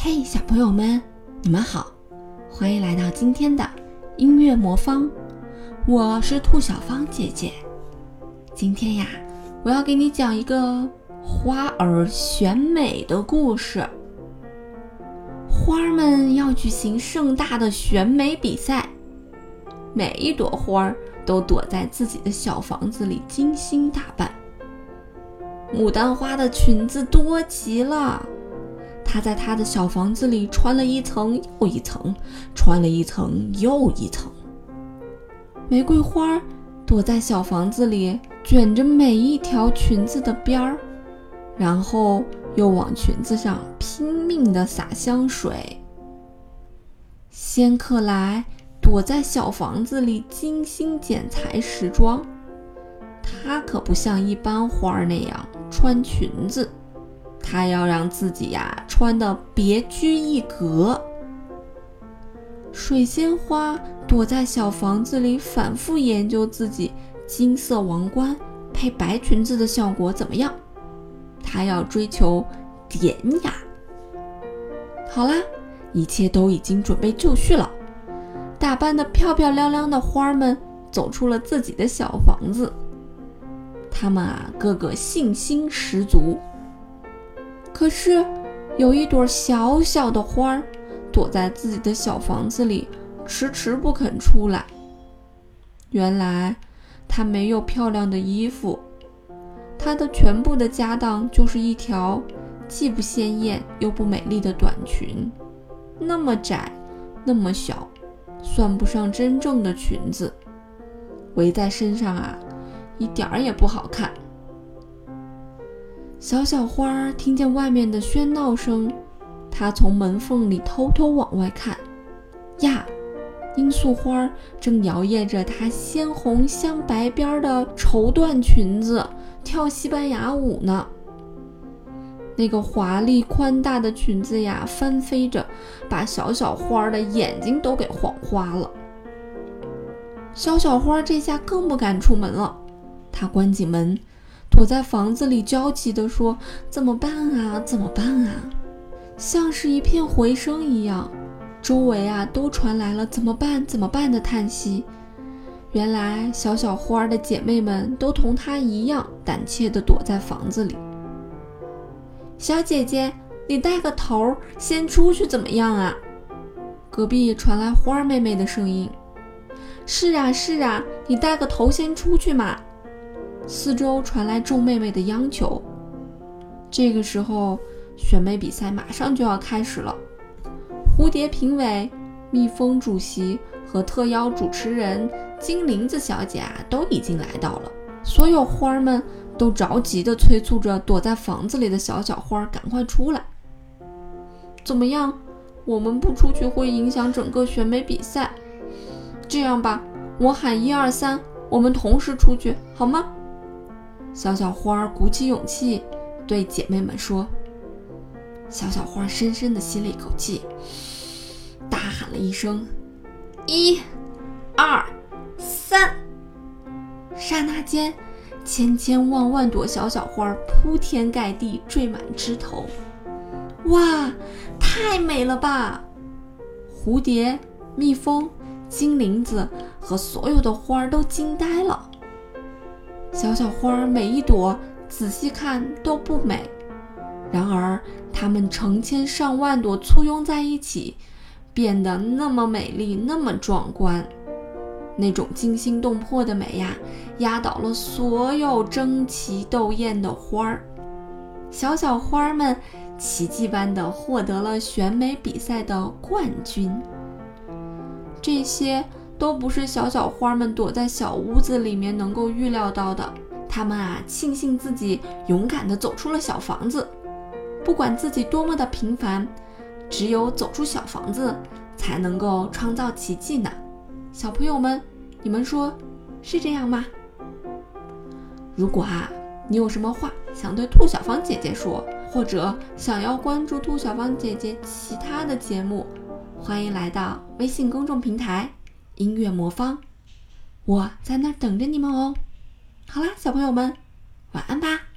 嘿，小朋友们，你们好，欢迎来到今天的音乐魔方，我是兔小芳姐姐。今天呀，我要给你讲一个花儿选美的故事。花儿们要举行盛大的选美比赛，每一朵花儿都躲在自己的小房子里精心打扮。牡丹花的裙子多极了，她在她的小房子里穿了一层又一层，穿了一层又一层。玫瑰花躲在小房子里，卷着每一条裙子的边儿，然后又往裙子上拼命地洒香水。仙客来躲在小房子里精心剪裁时装，她可不像一般花那样穿裙子，她要让自己穿得别具一格。水仙花躲在小房子里反复研究自己金色王冠配白裙子的效果怎么样，她要追求典雅。好啦，一切都已经准备就绪了，打扮得漂漂亮亮的花们走出了自己的小房子，她们个个信心十足。可是有一朵小小的花躲在自己的小房子里，迟迟不肯出来。原来她没有漂亮的衣服，她的全部的家当就是一条既不鲜艳又不美丽的短裙，那么窄那么小，算不上真正的裙子，围在身上一点儿也不好看。小小花听见外面的喧闹声，她从门缝里偷偷往外看呀，罂粟花正摇曳着她鲜红镶白边的绸缎裙子跳西班牙舞呢。那个华丽宽大的裙子翻飞着，把小小花的眼睛都给晃花了。小小花这下更不敢出门了，她关紧门，躲在房子里焦急地说：怎么办啊，怎么办啊？像是一片回声一样，周围都传来了怎么办怎么办的叹息。原来小小花的姐妹们都同她一样胆怯地躲在房子里。小姐姐，你带个头先出去怎么样啊？隔壁传来花妹妹的声音。是啊是啊，你带个头先出去嘛。四周传来众妹妹的央求。这个时候选美比赛马上就要开始了，蝴蝶评委、蜜蜂主席和特邀主持人金铃子小姐都已经来到了。所有花们都着急地催促着躲在房子里的小小花赶快出来。怎么样，我们不出去会影响整个选美比赛，这样吧，我喊1、2、3，我们同时出去好吗？小小花鼓起勇气对姐妹们说。小小花深深地吸了一口气，大喊了一声1、2、3。刹那间，千千万万朵小小花铺天盖地缀满枝头。哇，太美了吧！蝴蝶、蜜蜂、金铃子和所有的花都惊呆了。小小花每一朵仔细看都不美，然而它们成千上万朵簇拥在一起，变得那么美丽，那么壮观。那种惊心动魄的美压倒了所有争奇斗艳的花儿。小小花们奇迹般地获得了选美比赛的冠军。这些都不是小小花们躲在小屋子里面能够预料到的。她们庆幸自己勇敢地走出了小房子，不管自己多么的平凡，只有走出小房子才能够创造奇迹呢。小朋友们，你们说是这样吗？如果你有什么话想对兔小芳姐姐说，或者想要关注兔小芳姐姐其他的节目，欢迎来到微信公众平台音乐魔方，我在那儿等着你们哦。好啦，小朋友们，晚安吧。